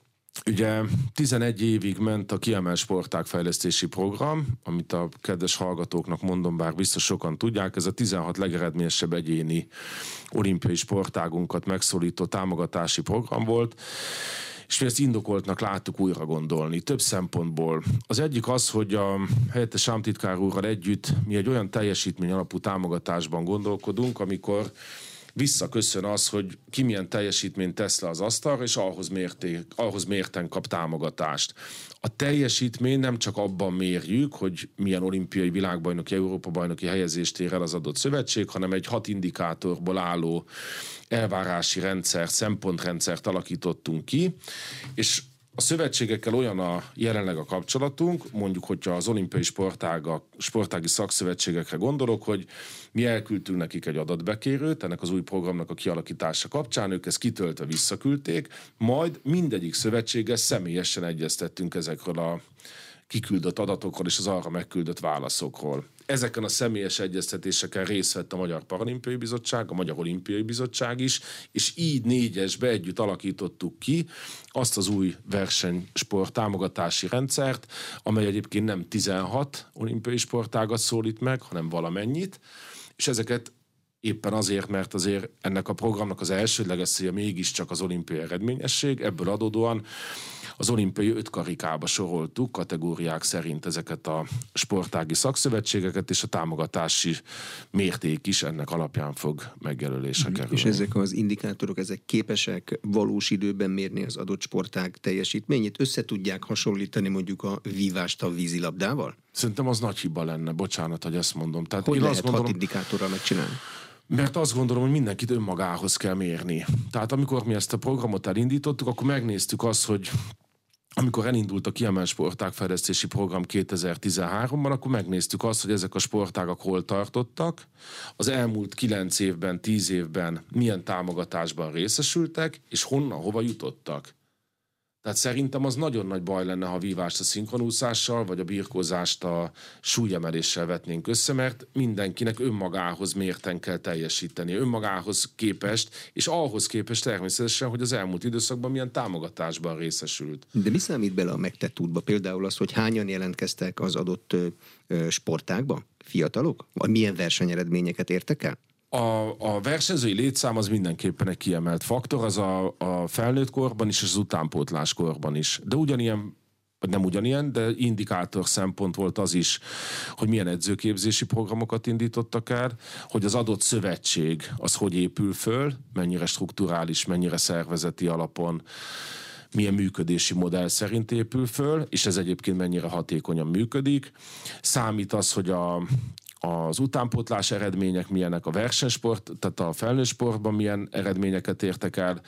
Ugye tizenegy évig ment a kiemelt sportágfejlesztési program, amit a kedves hallgatóknak mondom, bár biztos sokan tudják, ez a tizenhat legeredményesebb egyéni olimpiai sportágunkat megszólító támogatási program volt, és mi ezt indokoltnak láttuk újra gondolni, több szempontból. Az egyik az, hogy a helyettes államtitkár úrral együtt mi egy olyan teljesítmény alapú támogatásban gondolkodunk, amikor visszaköszön az, hogy ki milyen teljesítményt tesz le az asztalra, és ahhoz, mérték, ahhoz mérten kap támogatást. A teljesítmény nem csak abban mérjük, hogy milyen olimpiai világbajnoki, Európa-bajnoki helyezést ér el az adott szövetség, hanem egy hat indikátorból álló elvárási rendszer, szempontrendszert alakítottunk ki, és a szövetségekkel olyan a jelenleg a kapcsolatunk, mondjuk, hogyha az olimpiai sportága, sportági szakszövetségekre gondolok, hogy mi elküldtünk nekik egy adatbekérőt, ennek az új programnak a kialakítása kapcsán, ők ezt kitöltve visszaküldték, majd mindegyik szövetséggel személyesen egyeztettünk ezekről a kiküldött adatokról és az arra megküldött válaszokról. Ezeken a személyes egyeztetéseken részt vett a Magyar Paralimpiai Bizottság, a Magyar Olimpiai Bizottság is, és így négyesbe együtt alakítottuk ki azt az új versenysport támogatási rendszert, amely egyébként nem tizenhat olimpiai sportágat szólít meg, hanem valamennyit, és ezeket éppen azért, mert azért ennek a programnak az elsődleges célja mégiscsak az olimpiai eredményesség, ebből adódóan az olimpiai öt karikába soroltuk kategóriák szerint ezeket a sportági szakszövetségeket, és a támogatási mérték is ennek alapján fog megjelölésre kerülni. És ezek az indikátorok, ezek képesek valós időben mérni az adott sportág teljesítményét? Össze tudják hasonlítani mondjuk a vívást a vízilabdával? Szerintem az nagy hiba lenne, bocsánat, hogy ezt mondom. Tehát hogy én lehet azt gondolom, hat indikátorral megcsinálni? Mert azt gondolom, hogy mindenkit önmagához kell mérni. Tehát amikor mi ezt a programot elindítottuk, akkor megnéztük azt, hogy amikor elindult a kiemelt sportágfejlesztési program kétezer-tizenháromban, akkor megnéztük azt, hogy ezek a sportágak hol tartottak, az elmúlt kilenc évben, tíz évben milyen támogatásban részesültek, és honnan, hova jutottak. Tehát szerintem az nagyon nagy baj lenne, ha a vívást a szinkronúszással, vagy a birkózást a súlyemeléssel vetnénk össze, mert mindenkinek önmagához mérten kell teljesíteni, önmagához képest, és ahhoz képest természetesen, hogy az elmúlt időszakban milyen támogatásban részesült. De mi számít bele a megtett útba? Például az, hogy hányan jelentkeztek az adott ö, sportágba? Fiatalok? Milyen versenyeredményeket értek el? A, a versenyzői létszám az mindenképpen egy kiemelt faktor, az a, a felnőtt korban is, és az utánpótlás korban is. De ugyanilyen, nem ugyanilyen, de indikátor szempont volt az is, hogy milyen edzőképzési programokat indítottak el, hogy az adott szövetség az hogy épül föl, mennyire strukturális, mennyire szervezeti alapon, milyen működési modell szerint épül föl, és ez egyébként mennyire hatékonyan működik. Számít az, hogy a az utánpótlás eredmények milyenek, a versenysport, tehát a felnőtt sportban milyen eredményeket értek el,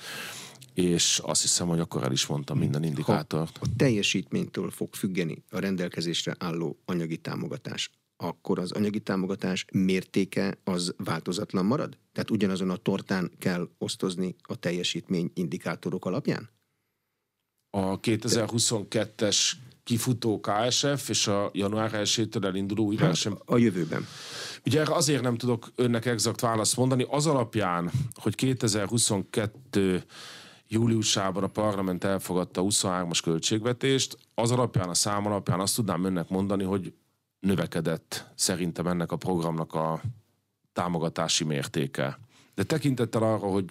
és azt hiszem, hogy akkor el is mondtam minden indikátort. Ha a teljesítménytől fog függeni a rendelkezésre álló anyagi támogatás, akkor az anyagi támogatás mértéke az változatlan marad? Tehát ugyanazon a tortán kell osztozni a teljesítmény indikátorok alapján? A kétezer-huszonkettes kifutó ká es ef és a január elsejétől elinduló új verseny. A jövőben. Ugye erre azért nem tudok önnek exakt választ mondani. Az alapján, hogy kétezer-huszonkettő júliusában a parlament elfogadta a huszonhármas költségvetést, az alapján, a szám alapján azt tudnám önnek mondani, hogy növekedett szerintem ennek a programnak a támogatási mértéke. De tekintettel arra, hogy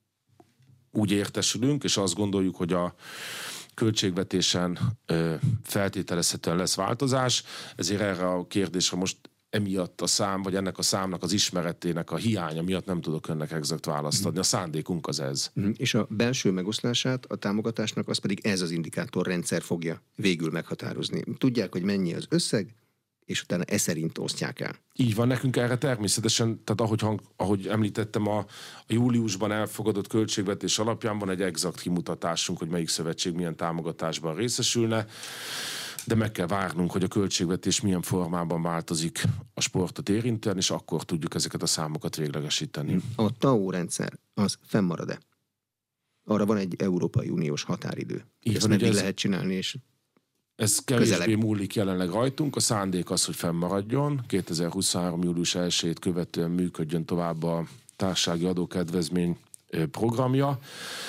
úgy értesülünk, és azt gondoljuk, hogy a költségvetésen ö, feltételezhetően lesz változás, ezért erre a kérdésre most emiatt a szám, vagy ennek a számnak az ismeretének a hiánya miatt nem tudok önnek exakt választ adni. A szándékunk az ez. És a belső megoszlását a támogatásnak az pedig ez az indikátorrendszer fogja végül meghatározni. Tudják, hogy mennyi az összeg, és utána e szerint osztják el. Így van, nekünk erre természetesen, tehát ahogy, hang, ahogy említettem, a, a júliusban elfogadott költségvetés alapján van egy exakt kimutatásunk, hogy melyik szövetség milyen támogatásban részesülne, de meg kell várnunk, hogy a költségvetés milyen formában változik a sportot érintően, és akkor tudjuk ezeket a számokat véglegesíteni. A té á o rendszer, az fennmarad-e? Arra van egy Európai Uniós határidő. Így Ezt van, meddig ez... lehet csinálni, és Ez kevésbé múlik jelenleg rajtunk. A szándék az, hogy fennmaradjon. kétezer-huszonhárom. július elsejét követően működjön tovább a társasági adókedvezmény programja.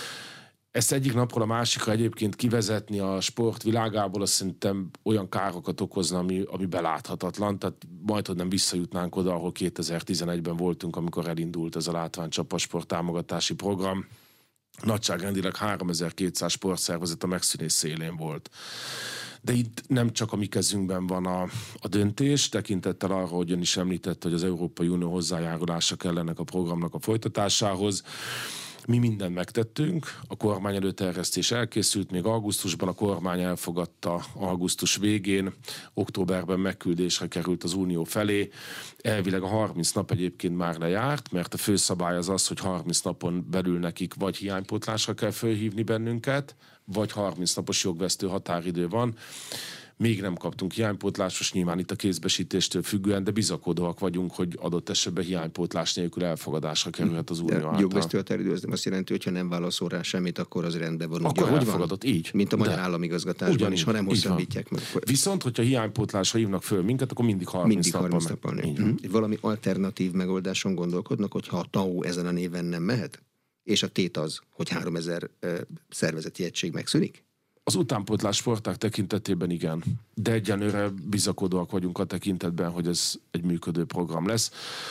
Ezt egyik napról a másikra egyébként kivezetni a sport világából, azt szerintem olyan károkat okozna, ami, ami beláthatatlan. Tehát majd, hogy nem visszajutnánk oda, ahol kétezer-tizenegyben voltunk, amikor elindult ez a látványcsapasport támogatási program. Nagyságrendileg háromezer-kétszáz sportszervezet a megszűnés szélén volt. De itt nem csak a mi kezünkben van a, a döntés, tekintettel arra, hogy ön is említette, hogy az Európai Unió hozzájárulása kell ennek a programnak a folytatásához. Mi mindent megtettünk, a kormány előterjesztés elkészült, még augusztusban a kormány elfogadta augusztus végén, októberben megküldésre került az Unió felé. Elvileg a harminc nap egyébként már lejárt, mert a főszabály az az, hogy harminc napon belül nekik vagy hiánypótlásra kell fölhívni bennünket, vagy harminc napos jogvesztő határidő van. Még nem kaptunk hiánypótlást, most nyilván itt a kézbesítéstől függően, de bizakodóak vagyunk, hogy adott esetben hiánypótlás nélkül elfogadásra kerülhet az Unió által. Jogvesztő határidő az nem azt jelenti, hogy ha nem válaszol rá semmit, akkor az rendben van. Akkor elfogadott, így. Mint a magyar államigazgatásban is, ha nem hosszabbítják meg. Viszont, hogyha hiánypótlásra hívnak föl minket, akkor mindig harminc nappal megy. Valami alternatív megoldáson gondolkodnak, hogyha a té á o ezen a néven nem mehet? És a tét az, hogy háromezer szervezeti egység megszűnik? Az utánpótlás sporták tekintetében igen, de egyenlőre bizakodóak vagyunk a tekintetben, hogy ez egy működő program lesz.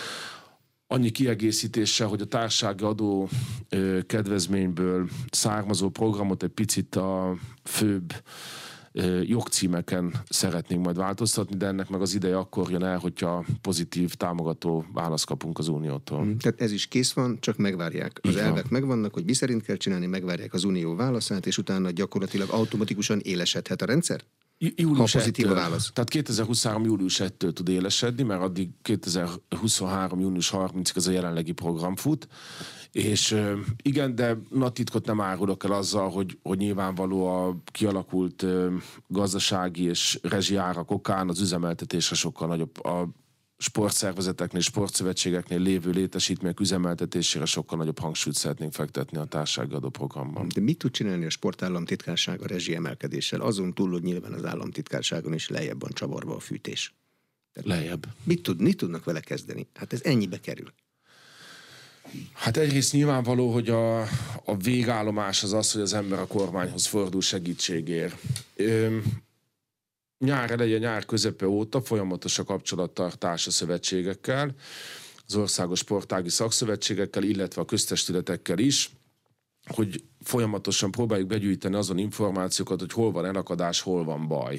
Annyi kiegészítéssel, hogy a társasági adó ö, kedvezményből származó programot egy picit a főbb ö, jogcímeken szeretnénk majd változtatni, de ennek meg az ideje akkor jön el, hogyha pozitív támogató választ kapunk az Uniótól. Hmm, tehát ez is kész van, csak megvárják. Az igen. Elvek megvannak, hogy mi szerint kell csinálni, megvárják az Unió válaszát, és utána gyakorlatilag automatikusan élesedhet a rendszer? Július ha pozitív a válasz. Tehát kétezer-huszonhárom. július elsejétől tud élesedni, mert addig kétezer-huszonhárom. június harmincadikáig ez a jelenlegi program fut. És igen, de nagy titkot nem árulok el azzal, hogy, hogy nyilvánvaló a kialakult gazdasági és rezsiárak okán az üzemeltetésre sokkal nagyobb, a sportszervezeteknél, sportszövetségeknél lévő létesítmények üzemeltetésére sokkal nagyobb hangsúlyt szeretnénk fektetni a társasági adóprogramban. De mit tud csinálni a sportállamtitkárság a rezsiemelkedéssel? Azon túl, hogy nyilván az államtitkárságon is lejjebb van csavarva a fűtés. Tehát lejjebb. Mit, tud, mit tudnak vele kezdeni? Hát ez ennyibe kerül. Hát egyrészt nyilvánvaló, hogy a, a végállomás az az, hogy az ember a kormányhoz fordul segítségért. Ö, Nyár eleje, nyár közepe óta folyamatos a kapcsolattartás a szövetségekkel, az országos sportági szakszövetségekkel, illetve a köztestületekkel is, hogy folyamatosan próbáljuk begyűjteni azon információkat, hogy hol van elakadás, hol van baj.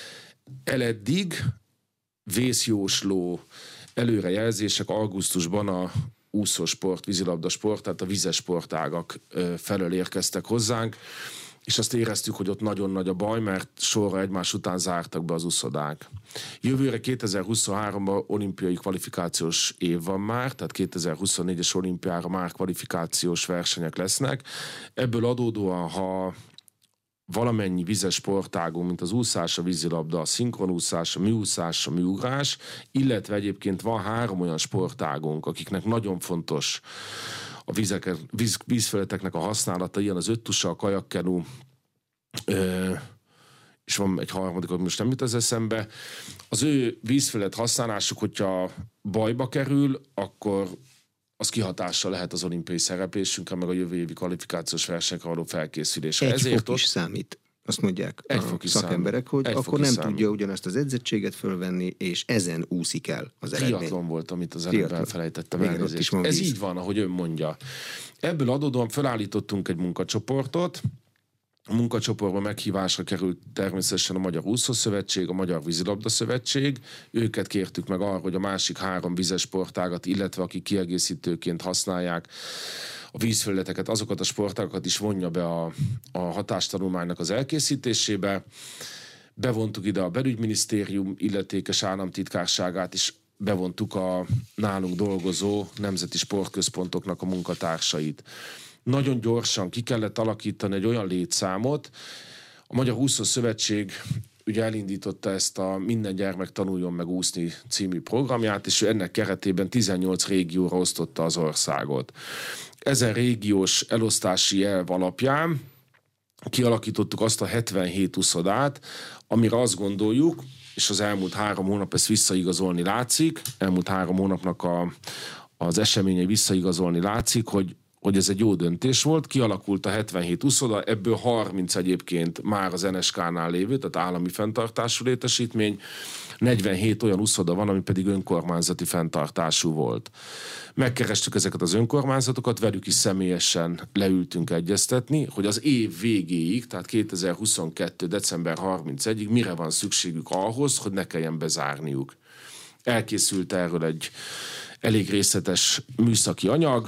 Eleddig vészjósló előrejelzések augusztusban a úszósport, vízilabdasport, tehát a vizes sportágak felől érkeztek hozzánk, és azt éreztük, hogy ott nagyon nagy a baj, mert sorra egymás után zártak be az uszodák. Jövőre kétezer-huszonháromban olimpiai kvalifikációs év van már, tehát kétezer-huszonnégyes olimpiára már kvalifikációs versenyek lesznek. Ebből adódóan, ha valamennyi vizes sportágunk, mint az úszás, a vízilabda, a szinkronúszás, a műúszás, a műugrás, illetve egyébként van három olyan sportágunk, akiknek nagyon fontos a vizek, víz, vízfeleteknek a használata, ilyen az öttusa, a kajakkenu, és van egy harmadik, hogy most nem jut az eszembe. Az ő vízfelett használásuk, hogyha bajba kerül, akkor az kihatással lehet az olimpiai szereplésünkre, meg a jövő évi kvalifikációs versenyekre való felkészülésre. Egy Ezért fok ott is számít. Azt mondják egy a szakemberek, hogy egy akkor nem számít. tudja ugyanazt az edzettséget fölvenni, és ezen úszik el az eredmény. Triatlon volt, amit az előbb elfelejtettem Igen, elnézést. Ez így van, ahogy ön mondja. Ebből adódóan felállítottunk egy munkacsoportot. A munkacsoportban meghívásra került természetesen a Magyar Úszószövetség, a Magyar Vízilabda Szövetség. Őket kértük meg arra, hogy a másik három vizes sportágat, illetve akik kiegészítőként használják a vízfelületeket, azokat a sportágokat is vonja be a, a hatástanulmánynak az elkészítésébe. Bevontuk ide a belügyminisztérium illetékes államtitkárságát, és bevontuk a nálunk dolgozó nemzeti sportközpontoknak a munkatársait. Nagyon gyorsan ki kellett alakítani egy olyan létszámot. A Magyar Úszószövetség ugye elindította ezt a Minden gyermek tanuljon meg úszni című programját, és ő ennek keretében tizennyolc régióra osztotta az országot. Ezen régiós elosztási elv alapján kialakítottuk azt a hetvenhét úszodát, amire azt gondoljuk, és az elmúlt három hónap ezt visszaigazolni látszik, elmúlt három hónapnak a, az eseményei visszaigazolni látszik, hogy hogy ez egy jó döntés volt, kialakult a hetvenhét úszoda, ebből harminc egyébként már az en es ká-nál lévő, tehát állami fenntartású létesítmény, negyvenhét olyan úszoda van, ami pedig önkormányzati fenntartású volt. Megkerestük ezeket az önkormányzatokat, velük is személyesen leültünk egyeztetni, hogy az év végéig, tehát kétezer-huszonkettő. december harmincegyedikéig mire van szükségük ahhoz, hogy ne kelljen bezárniuk. Elkészült erről egy elég részletes műszaki anyag,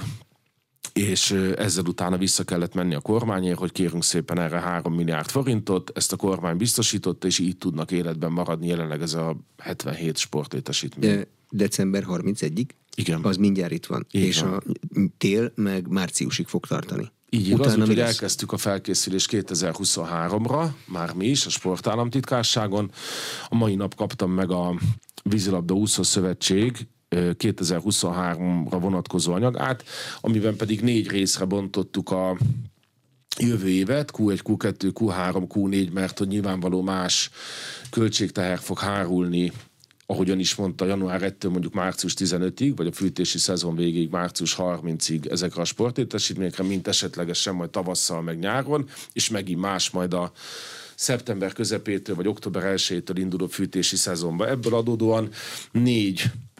és ezzel utána vissza kellett menni a kormányért, hogy kérünk szépen erre három milliárd forintot, ezt a kormány biztosította, és így tudnak életben maradni jelenleg ez a hetvenhét sportlétesítmény. De december harmincegyedikéig? Igen. Az mindjárt itt van. Így és van. A tél meg márciusig fog tartani. Így igaz, Utána úgyhogy mi lesz? elkezdtük a felkészülést kétezer-huszonháromra, már mi is, a sportállamtitkárságon. A mai nap kaptam meg a Vízilabda Úszó Szövetség kétezer-huszonháromra vonatkozó anyagát, amiben pedig négy részre bontottuk a jövő évet, kú egy, kú kettő, kú három, kú négy, mert hogy nyilvánvaló más költségteher fog hárulni, ahogyan is mondta, január elsejétől mondjuk március tizenötödikéig, vagy a fűtési szezon végéig március harmincadikáig ezekre a sportlétesítményekre, mint esetlegesen majd tavasszal meg nyáron, és megint más majd a szeptember közepétől vagy október elsejétől induló fűtési szezonba. Ebből adódóan négy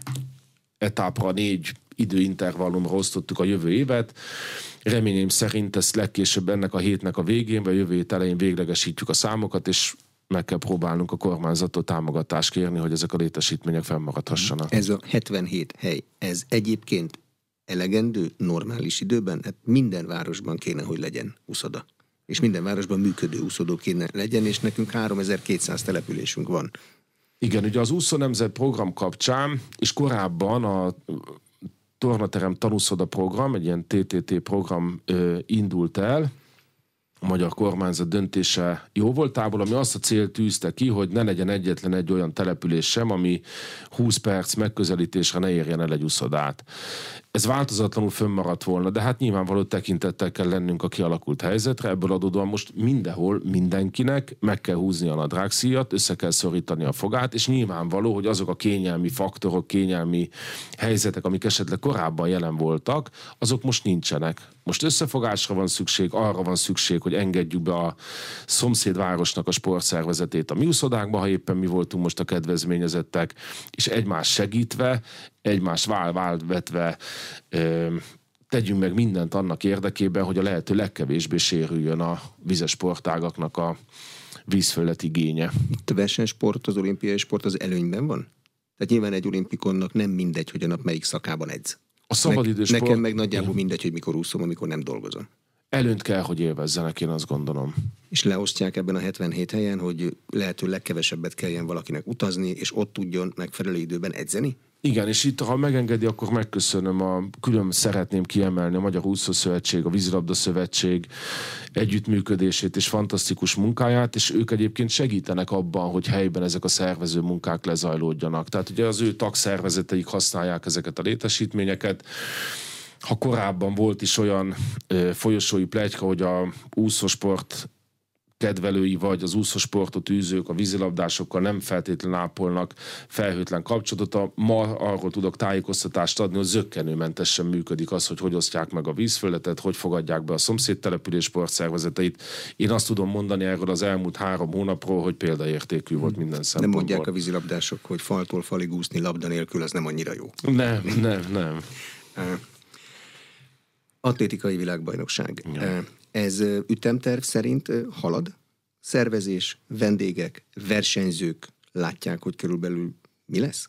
etapra, négy időintervallumra osztottuk a jövő évet. Reményeim szerint ezt legkésőbb ennek a hétnek a végén, vagy a jövő hét elején véglegesítjük a számokat, és meg kell próbálnunk a kormányzattól támogatást kérni, hogy ezek a létesítmények fennmaradhassanak. Ez a hetvenhét hely, ez egyébként elegendő, normális időben? Hát minden városban kéne, hogy legyen úszoda. És minden városban működő úszodó kéne legyen, és nekünk háromezer-kétszáz településünk van. Igen, ugye az Úszó Nemzet program kapcsán, és korábban a Tornaterem Tanúszoda program, egy ilyen té té té program ö, indult el, a magyar kormányzat döntése jó voltából, ami azt a célt tűzte ki, hogy ne legyen egyetlen egy olyan település sem, ami húsz perc megközelítésre ne érjen el egy úszodát. Ez változatlanul fönnmaradt volna, de hát nyilvánvaló tekintettel kell lennünk a kialakult helyzetre, ebből adódóan most mindenhol mindenkinek meg kell húzni a nadrágszíjat, össze kell szorítani a fogát, és nyilvánvaló, hogy azok a kényelmi faktorok, kényelmi helyzetek, amik esetleg korábban jelen voltak, azok most nincsenek. Most összefogásra van szükség, arra van szükség, hogy engedjük be a szomszédvárosnak a sportszervezetét a mi úszodákba, ha éppen mi voltunk most a kedvezményezettek, és egymás segítve, egymás vál-vál vetve ö, tegyünk meg mindent annak érdekében, hogy a lehető legkevésbé sérüljön a vizes sportágaknak a vízfelület igénye. Itt a versenysport, az olimpiai sport az előnyben van? Tehát nyilván egy olimpikonnak nem mindegy, hogy a nap melyik szakában edz. A szabadidős Nekem sport... meg nagyjából mindegy, hogy mikor úszom, amikor nem dolgozom. Előnyt kell, hogy élvezzenek, én azt gondolom. És leosztják ebben a hetvenhét helyen, hogy lehető legkevesebbet kelljen valakinek utazni, és ott tudjon megfelelő időben edzeni? Igen, és itt, ha megengedi, akkor megköszönöm, a, külön szeretném kiemelni a Magyar Úszószövetség, a Vízilabda Szövetség együttműködését és fantasztikus munkáját, és ők egyébként segítenek abban, hogy helyben ezek a szervező munkák lezajlódjanak. Tehát ugye az ő tagszervezeteik használják ezeket a létesítményeket. Ha korábban volt is olyan ö, folyosói pletyka, hogy a úszósport kedvelői vagy az úszósportot űzők a vízilabdásokkal nem feltétlenül ápolnak felhőtlen kapcsolatot. Ma arról tudok tájékoztatást adni, hogy zökkenőmentesen működik az, hogy hogy osztják meg a vízföldet, hogy fogadják be a szomszéd település sportszervezeteit. Én azt tudom mondani erről az elmúlt három hónapról, hogy példaértékű volt minden szempontból. Nem mondják a vízilabdások, hogy faltól falig úszni labda nélkül, az nem annyira jó. Nem, nem, nem. Atlétikai világbajnokság. Ja. Ez ütemterv szerint halad? Szervezés, vendégek, versenyzők látják, hogy körülbelül mi lesz?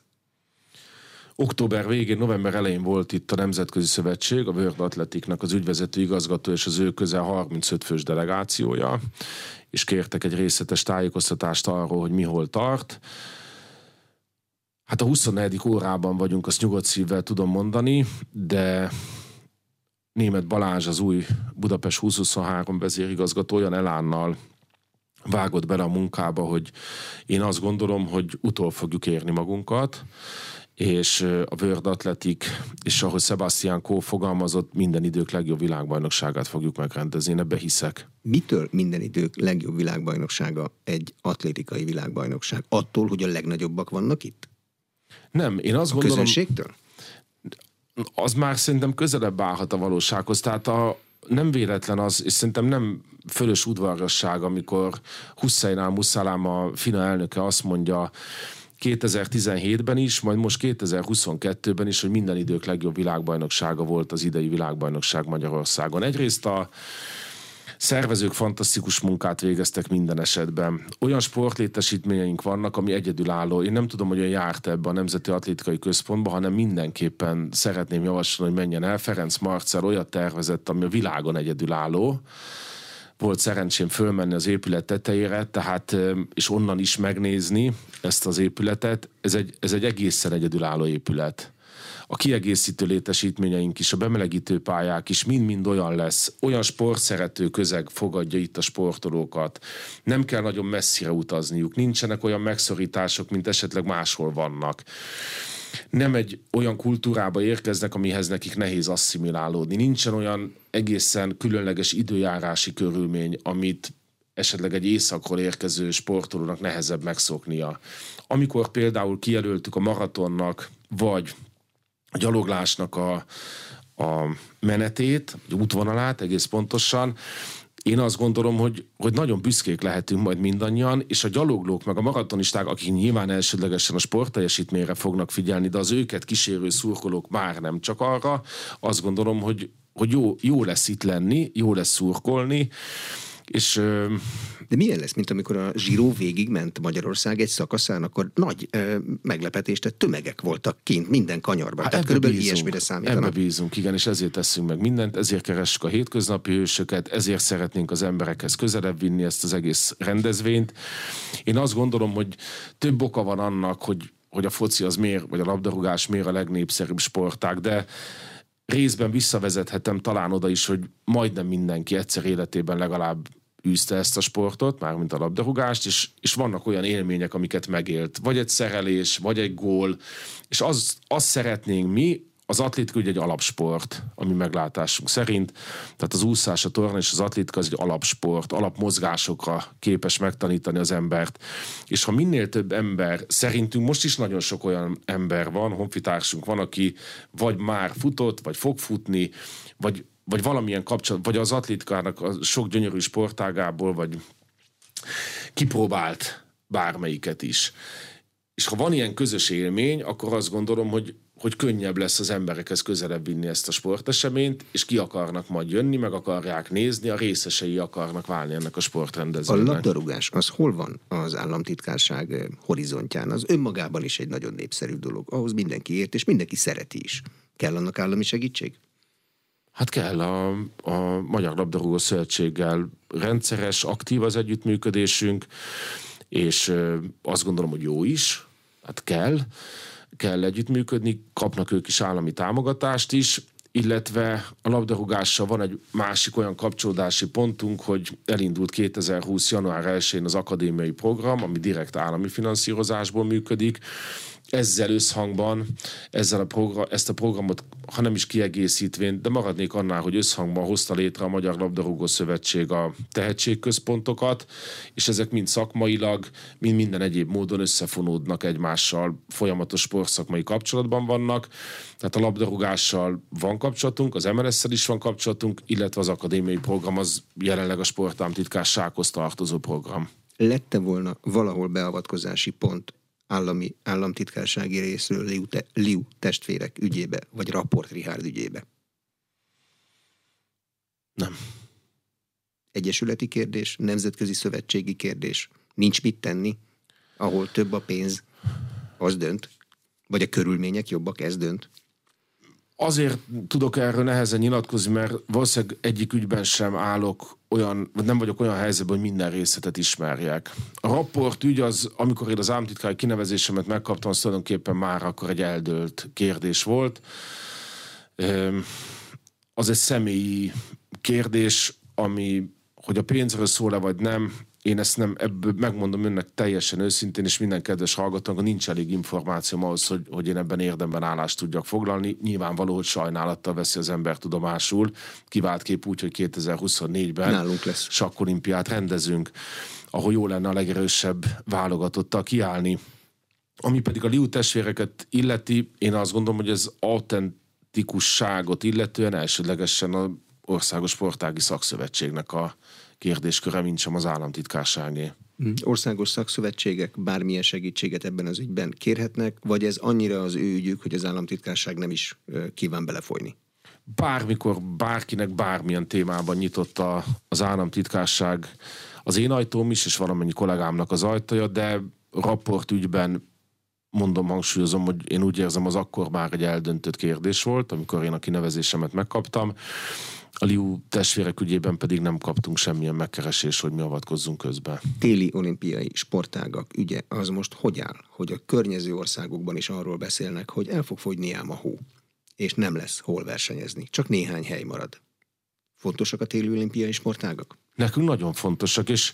Október végén, november elején volt itt a Nemzetközi Szövetség, a World Athleticnak az ügyvezető igazgató és az ő közel harmincöt fős delegációja, és kértek egy részletes tájékoztatást arról, hogy mi hol tart. Hát a huszonnegyedik órában vagyunk, azt nyugodt szívvel tudom mondani, de Németh Balázs, az új Budapest húsz-huszonhárom vezérigazgató olyan elánnal vágott bele a munkába, hogy én azt gondolom, hogy utol fogjuk érni magunkat, és a World Athletic, és ahogy Sebastian Coe fogalmazott, minden idők legjobb világbajnokságát fogjuk megrendezni. Én ebbe hiszek. Mitől minden idők legjobb világbajnoksága egy atlétikai világbajnokság? Attól, hogy a legnagyobbak vannak itt? Nem, én azt a gondolom... közönségtől? Az már szerintem közelebb állhat a valósághoz. Tehát a, nem véletlen az, és szerintem nem fölös udvarosság, amikor Hussein al-Musallam, a FINA elnöke azt mondja kétezer-tizenhétben is, majd most kétezer-huszonkettőben is, hogy minden idők legjobb világbajnoksága volt az idei világbajnokság Magyarországon. Egyrészt a szervezők fantasztikus munkát végeztek minden esetben. Olyan sportlétesítményeink vannak, ami egyedülálló. Én nem tudom, hogy olyan járt ebbe a Nemzeti Atlétikai Központba, hanem mindenképpen szeretném javasolni, hogy menjen el. Ferenc Marcell olyat tervezett, ami a világon egyedülálló. Volt szerencsém fölmenni az épület tetejére, tehát, és onnan is megnézni ezt az épületet. Ez egy, ez egy egészen egyedülálló épület. A kiegészítő létesítményeink is, a bemelegítő pályák is mind-mind olyan lesz. Olyan sportszerető közeg fogadja itt a sportolókat. Nem kell nagyon messzire utazniuk. Nincsenek olyan megszorítások, mint esetleg máshol vannak. Nem egy olyan kultúrába érkeznek, amihez nekik nehéz asszimilálódni. Nincsen olyan egészen különleges időjárási körülmény, amit esetleg egy északról érkező sportolónak nehezebb megszoknia. Amikor például kijelöltük a maratonnak, vagy a gyaloglásnak a, a menetét, a útvonalát egész pontosan, én azt gondolom, hogy, hogy nagyon büszkék lehetünk majd mindannyian, és a gyaloglók meg a maratonisták, akik nyilván elsődlegesen a sportteljesítményre fognak figyelni, de az őket kísérő szurkolók már nem csak arra, azt gondolom, hogy, hogy jó, jó lesz itt lenni, jó lesz szurkolni, és... De milyen lesz, mint amikor a Giro végigment Magyarország egy szakaszán, akkor nagy ö, meglepetés, tehát tömegek voltak kint minden kanyarban. Hát tehát körülbelül bízunk, ilyesmire számítanak. Ebbe bízunk, igen, és ezért tesszünk meg mindent, ezért keressük a hétköznapi hősöket, ezért szeretnénk az emberekhez közelebb vinni ezt az egész rendezvényt. Én azt gondolom, hogy több oka van annak, hogy, hogy a foci az miért, vagy a labdarúgás miért a legnépszerűbb sportág, de részben visszavezethetem talán oda is, hogy majdnem mindenki egyszer életében legalább űzte ezt a sportot, mármint a labdarúgást, és, és vannak olyan élmények, amiket megélt. Vagy egy szerelés, vagy egy gól, és az, azt szeretnénk mi, az atlétika ugye egy alapsport, ami meglátásunk szerint, tehát az úszás, a torna és az atlétika az egy alapsport, alapmozgásokra képes megtanítani az embert, és ha minél több ember, szerintünk most is nagyon sok olyan ember van, honfitársunk van, aki vagy már futott, vagy fog futni, vagy vagy valamilyen kapcsolat, vagy az atlétikának a sok gyönyörű sportágából, vagy kipróbált bármelyiket is. És ha van ilyen közös élmény, akkor azt gondolom, hogy, hogy könnyebb lesz az emberekhez közelebb vinni ezt a sporteseményt, és ki akarnak majd jönni, meg akarják nézni, a részesei akarnak válni ennek a sportrendezvénynek. A labdarúgás, az hol van az államtitkárság horizontján? Az önmagában is egy nagyon népszerű dolog. Ahhoz mindenki ért, és mindenki szereti is. Kell annak állami segítség? Hát kell, a, a Magyar Labdarúgó Szövetséggel rendszeres, aktív az együttműködésünk, és azt gondolom, hogy jó is, hát kell, kell együttműködni, kapnak ők is állami támogatást is, illetve a labdarúgással van egy másik olyan kapcsolódási pontunk, hogy elindult kétezer-húsz. január elsején az akadémiai program, ami direkt állami finanszírozásból működik, ezzel összhangban, ezzel a program, ezt a programot, ha nem is kiegészítvén, de maradnék annál, hogy összhangban hozta létre a Magyar Labdarúgó Szövetség a tehetségközpontokat, és ezek mind szakmailag, mind minden egyéb módon összefonódnak egymással, folyamatos sportszakmai kapcsolatban vannak, tehát a labdarúgással van kapcsolatunk, az em el es-szel is van kapcsolatunk, illetve az akadémiai program az jelenleg a sportállamtitkársághoz tartozó program. Lette volna valahol beavatkozási pont állami államtitkársági részről Liu, te, Liu testvérek ügyébe, vagy Rapport Richárd ügyébe? Nem. Egyesületi kérdés, nemzetközi szövetségi kérdés. Nincs mit tenni, ahol több a pénz, az dönt? Vagy a körülmények jobbak, ez dönt? Azért tudok erről nehezen nyilatkozni, mert valószínűleg egyik ügyben sem állok olyan, vagy nem vagyok olyan helyzetben, hogy minden részletet ismerjek. A Rapport ügy az, amikor én az államtitkári kinevezésemet megkaptam, az tulajdonképpen már akkor egy eldőlt kérdés volt. Az egy személyi kérdés, ami, hogy a pénzről szól-e vagy nem, én ezt nem, ebből megmondom önnek teljesen őszintén, és minden kedves hallgatónak, nincs elég információm ahhoz, hogy, hogy én ebben érdemben állást tudjak foglalni. Nyilvánvaló, hogy sajnálattal veszi az ember tudomásul. Kivált kép úgy, hogy kétezer-huszonnégyben nálunk lesz sakkolimpiát rendezünk, ahol jó lenne a legerősebb válogatottal kiállni. Ami pedig a Liu testvéreket illeti, én azt gondolom, hogy ez autentikusságot illetően elsődlegesen az Országos Sportági Szakszövetségnek a kérdésköre, mint sem az államtitkárságé. Országos szakszövetségek bármilyen segítséget ebben az ügyben kérhetnek, vagy ez annyira az ő ügyük, hogy az államtitkárság nem is kíván belefolyni? Bármikor, bárkinek bármilyen témában nyitott a, az államtitkárság az én ajtóm is, és valamennyi kollégámnak az ajtaja, de Rapport ügyben mondom, hangsúlyozom, hogy én úgy érzem, az akkor már egy eldöntött kérdés volt, amikor én a kinevezésemet megkaptam. A Liu testvérek ügyében pedig nem kaptunk semmilyen megkeresést, hogy mi avatkozzunk közbe. Téli olimpiai sportágak ügye az most hogy áll? Hogy a környező országokban is arról beszélnek, hogy el fog fogyni ám a hó, és nem lesz hol versenyezni. Csak néhány hely marad. Fontosak a téli olimpiai sportágak? Nekünk nagyon fontosak, és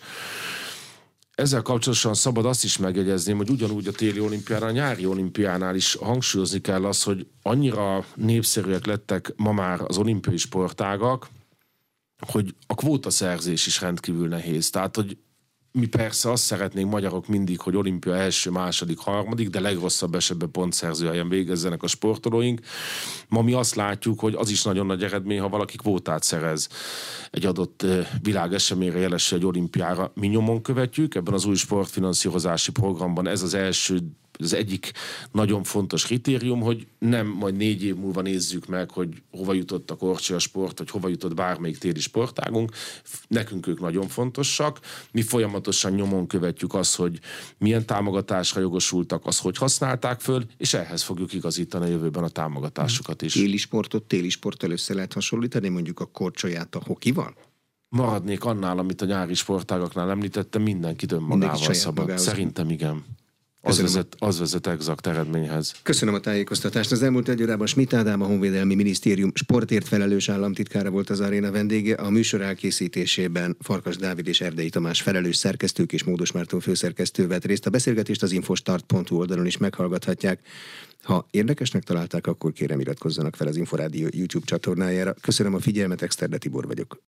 ezzel kapcsolatosan szabad azt is megjegyezném, hogy ugyanúgy a téli olimpiánál, a nyári olimpiánál is hangsúlyozni kell azt, hogy annyira népszerűek lettek ma már az olimpiai sportágak, hogy a kvótaszerzés is rendkívül nehéz. Tehát, hogy mi persze azt szeretnénk magyarok mindig, hogy olimpia első, második, harmadik, de legrosszabb esetben pontszerző helyen végezzenek a sportolóink. Ma mi azt látjuk, hogy az is nagyon nagy eredmény, ha valaki kvótát szerez egy adott világeseményre, jelesül egy olimpiára. Mi nyomon követjük, ebben az új sportfinanszírozási programban ez az első, az egyik nagyon fontos kritérium, hogy nem majd négy év múlva nézzük meg, hogy hova jutott a korcsolya sport, vagy hova jutott bármelyik téli sportágunk. Nekünk ők nagyon fontosak. Mi folyamatosan nyomon követjük azt, hogy milyen támogatásra jogosultak, azt hogy használták föl, és ehhez fogjuk igazítani a jövőben a támogatásukat is. Téli sportot téli sporttal össze lehet hasonlítani, mondjuk a korcsolyát a hokival? Maradnék annál, amit a nyári sportágaknál említettem, mindenkit önmagával szabad. Magához. Szerintem igen. Az vezet, az vezet exakt eredményhez. Köszönöm a tájékoztatást. Az elmúlt egy órában Schmidt Ádám, a Honvédelmi Minisztérium sportért felelős államtitkára volt az aréna vendége. A műsor elkészítésében Farkas Dávid és Erdei Tamás felelős szerkesztők és Módos Márton főszerkesztő vett részt. A beszélgetést az infostart pont hu oldalon is meghallgathatják. Ha érdekesnek találták, akkor kérem iratkozzanak fel az Inforádió YouTube csatornájára. Köszönöm a figyelmet, Exterde Tibor vagyok.